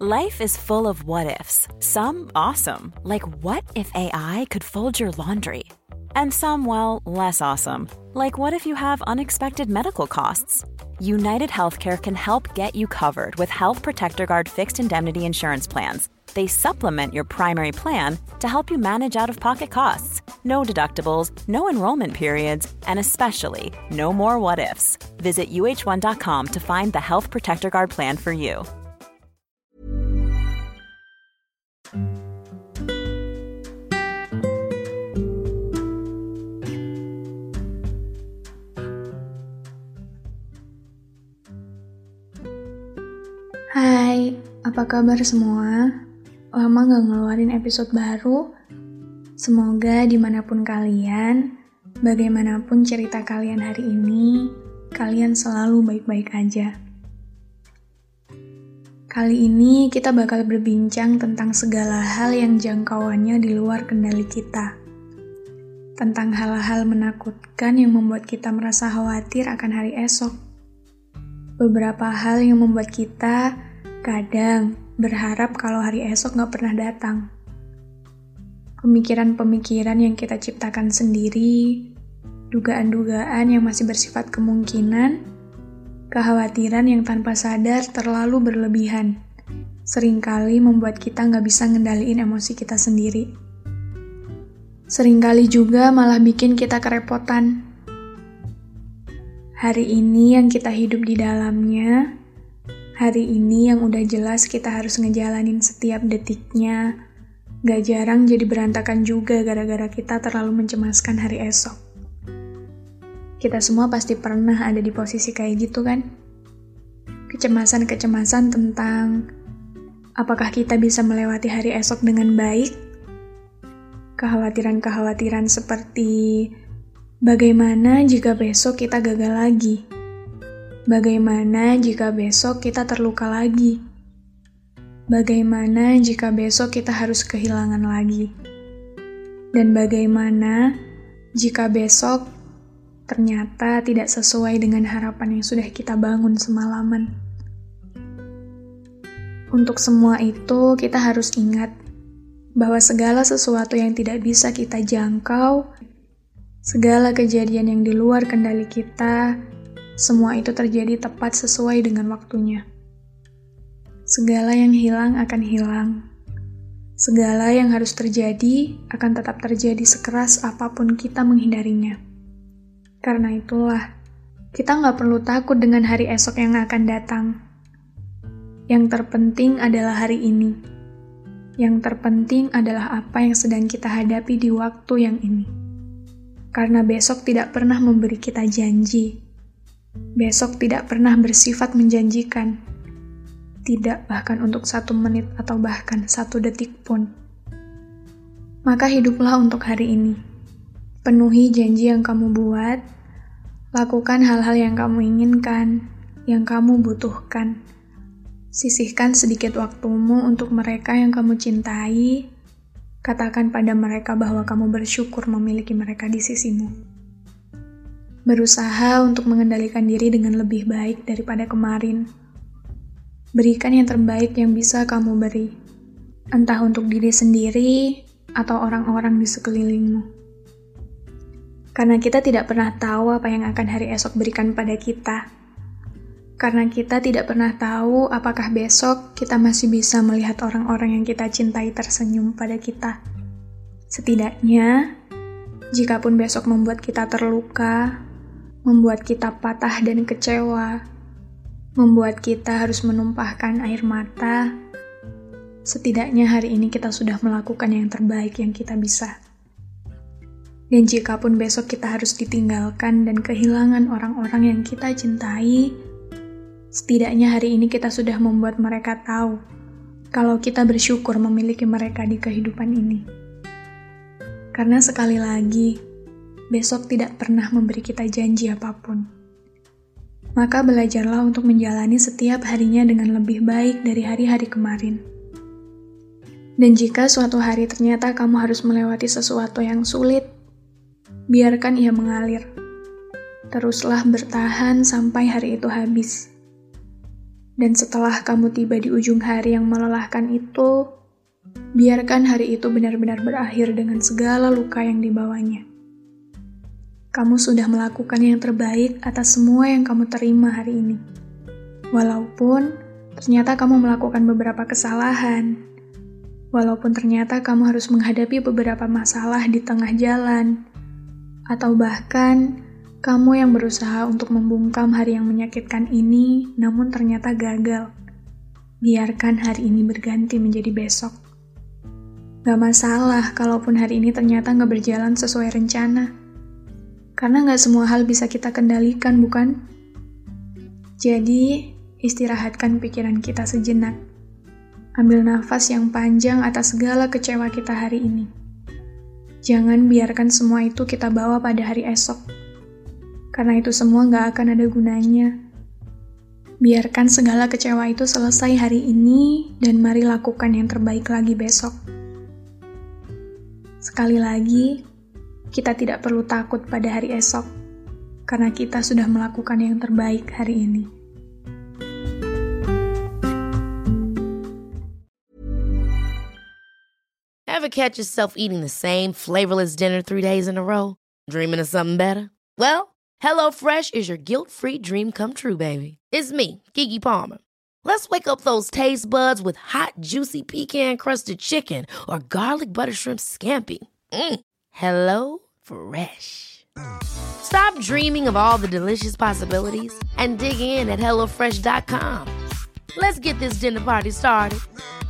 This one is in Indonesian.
Life is full of what-ifs. Some awesome, like what if AI could fold your laundry? And some, well, less awesome, like what if you have unexpected medical costs? United Healthcare can help get you covered with Health Protector Guard fixed indemnity insurance plans. They supplement your primary plan to help you manage out-of-pocket costs. No deductibles, no enrollment periods, and especially no more what-ifs. Visit uh1.com to find the Health Protector Guard plan for you. Hai, apa kabar semua? Lama gak ngeluarin episode baru. Semoga dimanapun kalian, bagaimanapun cerita kalian hari ini, kalian selalu baik-baik aja. Kali ini kita bakal berbincang tentang segala hal yang jangkauannya di luar kendali kita. Tentang hal-hal menakutkan yang membuat kita merasa khawatir akan hari esok. Beberapa hal yang membuat kita kadang berharap kalau hari esok gak pernah datang. Pemikiran-pemikiran yang kita ciptakan sendiri, dugaan-dugaan yang masih bersifat kemungkinan, kekhawatiran yang tanpa sadar terlalu berlebihan, seringkali membuat kita gak bisa ngendaliin emosi kita sendiri. Seringkali juga malah bikin kita kerepotan. Hari ini yang kita hidup di dalamnya, hari ini yang udah jelas kita harus ngejalanin setiap detiknya, gak jarang jadi berantakan juga gara-gara kita terlalu mencemaskan hari esok. Kita semua pasti pernah ada di posisi kayak gitu kan? Kecemasan-kecemasan tentang apakah kita bisa melewati hari esok dengan baik? Kekhawatiran-kekhawatiran seperti bagaimana jika besok kita gagal lagi? Bagaimana jika besok kita terluka lagi? Bagaimana jika besok kita harus kehilangan lagi? Dan bagaimana jika besok ternyata tidak sesuai dengan harapan yang sudah kita bangun semalaman? Untuk semua itu, kita harus ingat bahwa segala sesuatu yang tidak bisa kita jangkau, segala kejadian yang di luar kendali kita, semua itu terjadi tepat sesuai dengan waktunya. Segala yang hilang akan hilang. Segala yang harus terjadi akan tetap terjadi sekeras apapun kita menghindarinya. Karena itulah, kita nggak perlu takut dengan hari esok yang akan datang. Yang terpenting adalah hari ini. Yang terpenting adalah apa yang sedang kita hadapi di waktu yang ini. Karena besok tidak pernah memberi kita janji. Besok tidak pernah bersifat menjanjikan. Tidak bahkan untuk 1 menit atau bahkan 1 detik pun. Maka hiduplah untuk hari ini. Penuhi janji yang kamu buat. Lakukan hal-hal yang kamu inginkan, yang kamu butuhkan. Sisihkan sedikit waktumu untuk mereka yang kamu cintai. Katakan pada mereka bahwa kamu bersyukur memiliki mereka di sisimu. Berusaha untuk mengendalikan diri dengan lebih baik daripada kemarin. Berikan yang terbaik yang bisa kamu beri. Entah untuk diri sendiri atau orang-orang di sekelilingmu. Karena kita tidak pernah tahu apa yang akan hari esok berikan pada kita. Karena kita tidak pernah tahu apakah besok kita masih bisa melihat orang-orang yang kita cintai tersenyum pada kita. Setidaknya, jikapun besok membuat kita terluka, membuat kita patah dan kecewa, membuat kita harus menumpahkan air mata, setidaknya hari ini kita sudah melakukan yang terbaik yang kita bisa. Dan jikapun besok kita harus ditinggalkan dan kehilangan orang-orang yang kita cintai, setidaknya hari ini kita sudah membuat mereka tahu kalau kita bersyukur memiliki mereka di kehidupan ini. Karena sekali lagi, besok tidak pernah memberi kita janji apapun. Maka belajarlah untuk menjalani setiap harinya dengan lebih baik dari hari-hari kemarin. Dan jika suatu hari ternyata kamu harus melewati sesuatu yang sulit, biarkan ia mengalir. Teruslah bertahan sampai hari itu habis. Dan setelah kamu tiba di ujung hari yang melelahkan itu, biarkan hari itu benar-benar berakhir dengan segala luka yang dibawanya. Kamu sudah melakukan yang terbaik atas semua yang kamu terima hari ini. Walaupun ternyata kamu melakukan beberapa kesalahan. Walaupun ternyata kamu harus menghadapi beberapa masalah di tengah jalan. Atau bahkan kamu yang berusaha untuk membungkam hari yang menyakitkan ini, namun ternyata gagal. Biarkan hari ini berganti menjadi besok. Gak masalah kalaupun hari ini ternyata gak berjalan sesuai rencana. Karena gak semua hal bisa kita kendalikan, bukan? Jadi, istirahatkan pikiran kita sejenak. Ambil nafas yang panjang atas segala kecewa kita hari ini. Jangan biarkan semua itu kita bawa pada hari esok. Karena itu semua gak akan ada gunanya. Biarkan segala kecewa itu selesai hari ini, dan mari lakukan yang terbaik lagi besok. Sekali lagi, kita tidak perlu takut pada hari esok, karena kita sudah melakukan yang terbaik hari ini. Ever catch yourself eating the same flavorless dinner 3 days in a row? Dreaming of something better? Well, HelloFresh is your guilt-free dream come true, baby. It's me, Keke Palmer. Let's wake up those taste buds with hot, juicy pecan-crusted chicken or garlic butter shrimp scampi. Hello Fresh. Stop dreaming of all the delicious possibilities and dig in at HelloFresh.com. Let's get this dinner party started.